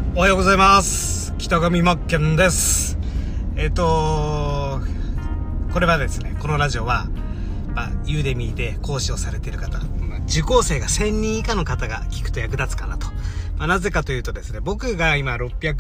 おはようございます。北上真剣です。これはですね、このラジオは、ユーデミーで講師をされている方、受講生が1000人以下の方が聞くと役立つかなと。なぜかというとですね、僕が今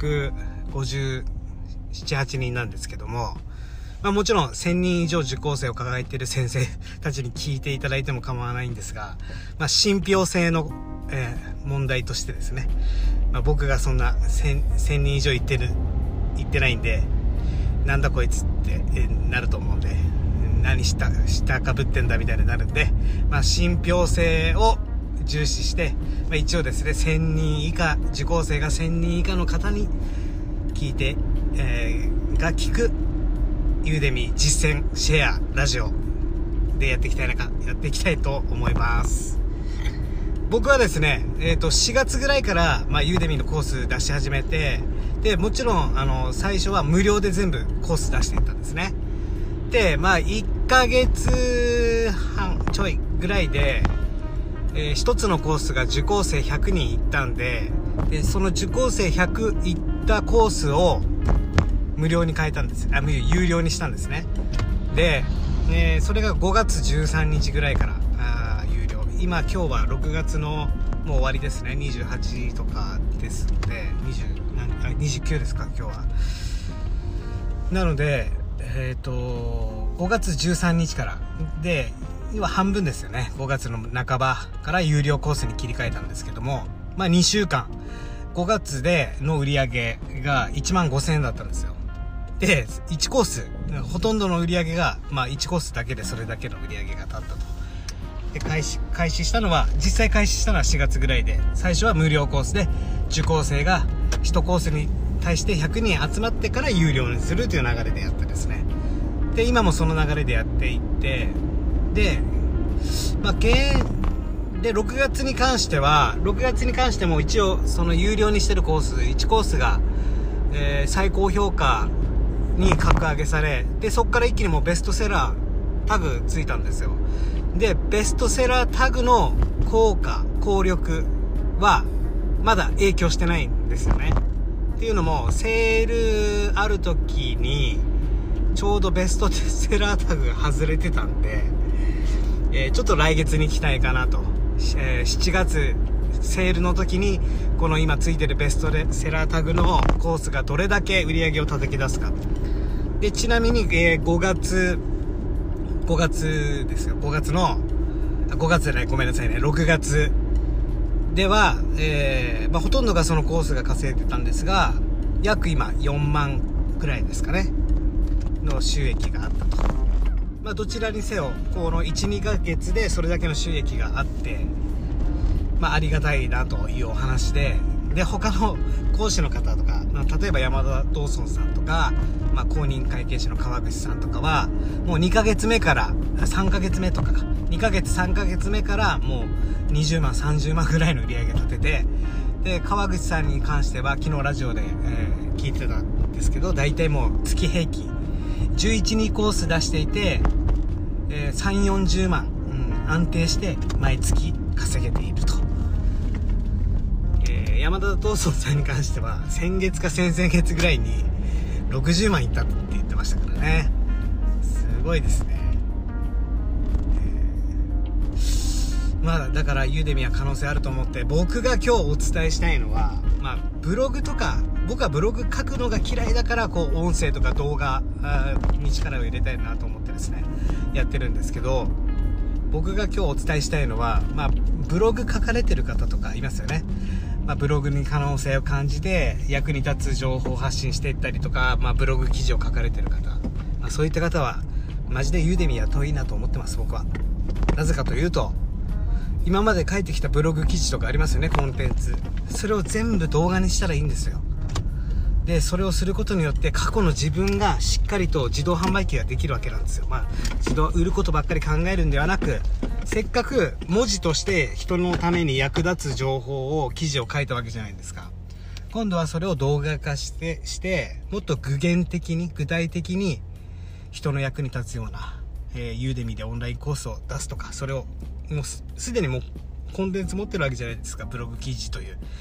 657、8人なんですけども、もちろん1000人以上受講生を抱えている先生たちに聞いていただいても構わないんですが、信憑性の、問題としてですね、僕がそんな 1000人以上言ってないんで、なんだこいつって、なると思うんで、何下かぶってんだみたいになるんで、信憑性を重視して、一応ですね、1000人以下、受講生が1000人以下の方に聞いて、が聞くユーデミ実践シェアラジオでやっていきたいと思います。僕はですね、4月ぐらいから、ユーデミのコース出し始めて、で、もちろん、最初は無料で全部コース出していったんですね。で、1ヶ月半ちょいぐらいで、一つのコースが受講生100人行ったんで、その受講生100行ったコースを無料に変えたんです。有料にしたんですね。で、それが5月13日ぐらいから、今日は6月のもう終わりですね。28とかですので、29ですか今日は。なので、5月13日からで、今半分ですよね。5月の半ばから有料コースに切り替えたんですけども、2週間5月での売り上げが15,000円だったんですよ。で、1コースほとんどの売り上げが1コースだけでそれだけの売り上げが立ったと。で、実際開始したのは4月ぐらいで、最初は無料コースで受講生が1コースに対して100人集まってから有料にするという流れでやってですね。で、今もその流れでやっていって、で、6月に関しても一応その有料にしてるコース1コースが、最高評価に格上げされ、でそこから一気にもうベストセラータグついたんですよ。で、ベストセラータグの効力はまだ影響してないんですよね。っていうのも、セールある時にちょうどベストセラータグが外れてたんで、ちょっと来月に期待かなと。7月セールの時にこの今ついてるベストセラータグのコースがどれだけ売り上げを叩き出すか。で、ちなみに、5月ですよ。6月では、ほとんどがそのコースが稼いでたんですが、約今4万くらいですかねの収益があったと。どちらにせよこの 1,2 ヶ月でそれだけの収益があって、ありがたいなというお話で、他の講師の方とか、例えば山田道尊さんとか、公認会計士の川口さんとかはもう2ヶ月目から3ヶ月目とか2ヶ月3ヶ月目からもう20万30万ぐらいの売り上げ立てて、で、川口さんに関しては昨日ラジオで、聞いてたんですけど、大体もう月平均11、2コース出していて、3、40万、安定して毎月稼げていると。山田道尊さんに関しては先月か先々月ぐらいに60万いったって言ってましたからね。すごいですね。だからユーデミは可能性あると思って、僕が今日お伝えしたいのは、ブログとか、僕はブログ書くのが嫌いだから、音声とか動画に力を入れたいなと思ってですね、やってるんですけど、僕が今日お伝えしたいのは、ブログ書かれてる方とかいますよね。ブログに可能性を感じて役に立つ情報を発信していったりとか、ブログ記事を書かれてる方、そういった方はマジでユーデミは遠いなと思ってます。僕はなぜかというと、今まで書いてきたブログ記事とかありますよね、コンテンツ。それを全部動画にしたらいいんですよ。で、それをすることによって過去の自分がしっかりと自動販売機ができるわけなんですよ。売ることばっかり考えるんではなく、せっかく文字として人のために役立つ情報を記事を書いたわけじゃないですか。今度はそれを動画化してもっと具体的に人の役に立つような、ユーデミでオンラインコースを出すとか、それをもうすでにもうコンテンツ持ってるわけじゃないですか、ブログ記事という。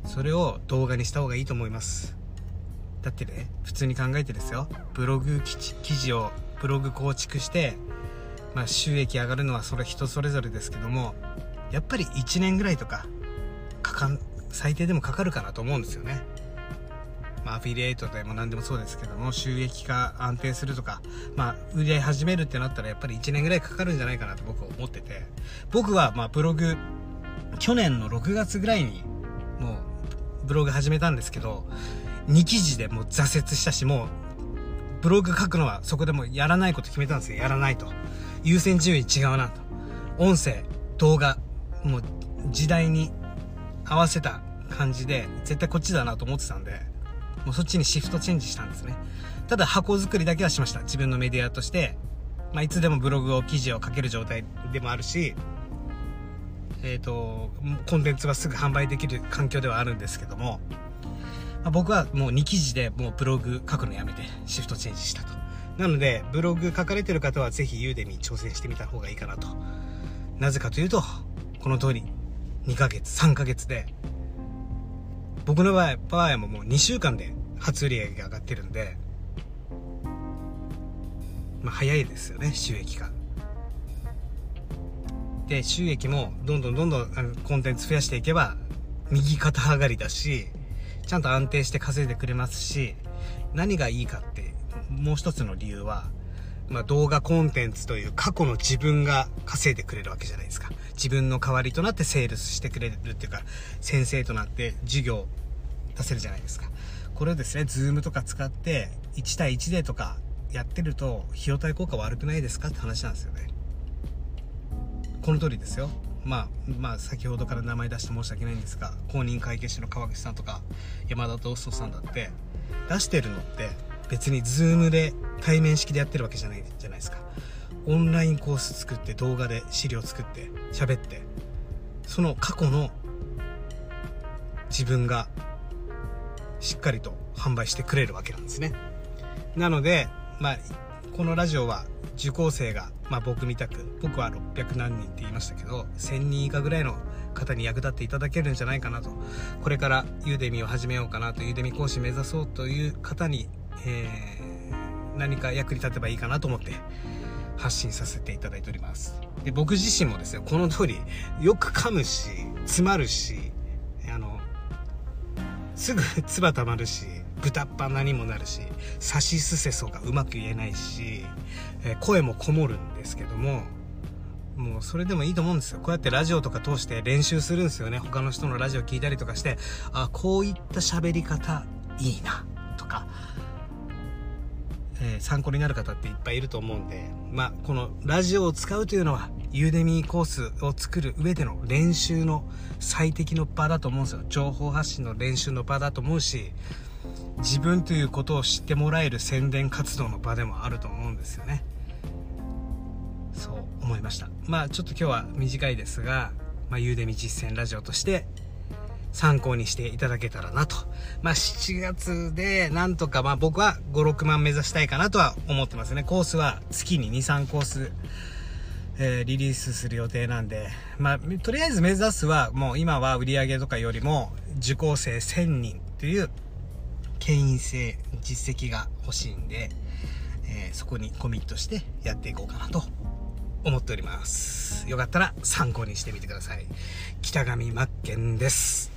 それを動画にした方がいいと思います。だってね、普通に考えてですよ、ブログ構築して、収益上がるのはそれ人それぞれですけども、やっぱり1年ぐらいとか最低でもかかるかなと思うんですよね。アフィリエイトでも何でもそうですけども、収益化安定するとか、売り上げ始めるってなったらやっぱり1年ぐらいかかるんじゃないかなと僕は思ってて、僕はブログ去年の6月ぐらいにもうブログ始めたんですけど、2記事でもう挫折したし、もうブログ書くのはそこでもやらないこと決めたんですよ。やらないと、優先順位違うなと、音声動画もう時代に合わせた感じで絶対こっちだなと思ってたんで、もうそっちにシフトチェンジしたんですね。ただ箱作りだけはしました。自分のメディアとして、いつでもブログ記事を書ける状態でもあるし、コンテンツはすぐ販売できる環境ではあるんですけども、僕はもう2記事でもうブログ書くのやめてシフトチェンジしたと。なのでブログ書かれてる方はぜひユーデミー挑戦してみた方がいいかなと。なぜかというと、この通り2ヶ月3ヶ月で、僕の場合ももう2週間で初売り上げが上がってるんで、早いですよね、収益が。で、収益もどんどんコンテンツ増やしていけば右肩上がりだし、ちゃんと安定して稼いでくれますし、何がいいかってもう一つの理由は、動画コンテンツという過去の自分が稼いでくれるわけじゃないですか。自分の代わりとなってセールスしてくれるっていうか、先生となって授業出せるじゃないですか。これをですね、ズームとか使って1対1でとかやってると費用対効果悪くないですかって話なんですよね。この通りですよ。先ほどから名前出して申し訳ないんですが、公認会計士の川口さんとか山田トーストさんだって出してるのって別にズームで対面式でやってるわけじゃないじゃないですか。オンラインコース作って、動画で資料作って喋って、その過去の自分がしっかりと販売してくれるわけなんですね。なのでこのラジオは受講生が、僕みたく、僕は600何人って言いましたけど、1000人以下ぐらいの方に役立っていただけるんじゃないかなと。これからユーデミを始めようかなと、ユーデミ講師目指そうという方に、何か役に立てばいいかなと思って発信させていただいております。で、僕自身もですよ、この通りよく噛むし、詰まるし、すぐ唾溜まるし、豚っ鼻にもなるし、さしすせそがうまく言えないし、声もこもるんですけども、もうそれでもいいと思うんですよ。こうやってラジオとか通して練習するんですよね。他の人のラジオ聞いたりとかして、こういった喋り方いいなとか、参考になる方っていっぱいいると思うんで、このラジオを使うというのはユーデミーコースを作る上での練習の最適の場だと思うんですよ。情報発信の練習の場だと思うし、自分ということを知ってもらえる宣伝活動の場でもあると思うんですよね。そう思いました。ちょっと今日は短いですが、ユーデミ実践ラジオとして参考にしていただけたらなと。7月でなんとか僕は5、6万目指したいかなとは思ってますね。コースは月に2、3コース、リリースする予定なんで、とりあえず目指すは、もう今は売り上げとかよりも受講生1000人という牽引性実績が欲しいんで、そこにコミットしてやっていこうかなと思っております。よかったら参考にしてみてください。北上真剣です。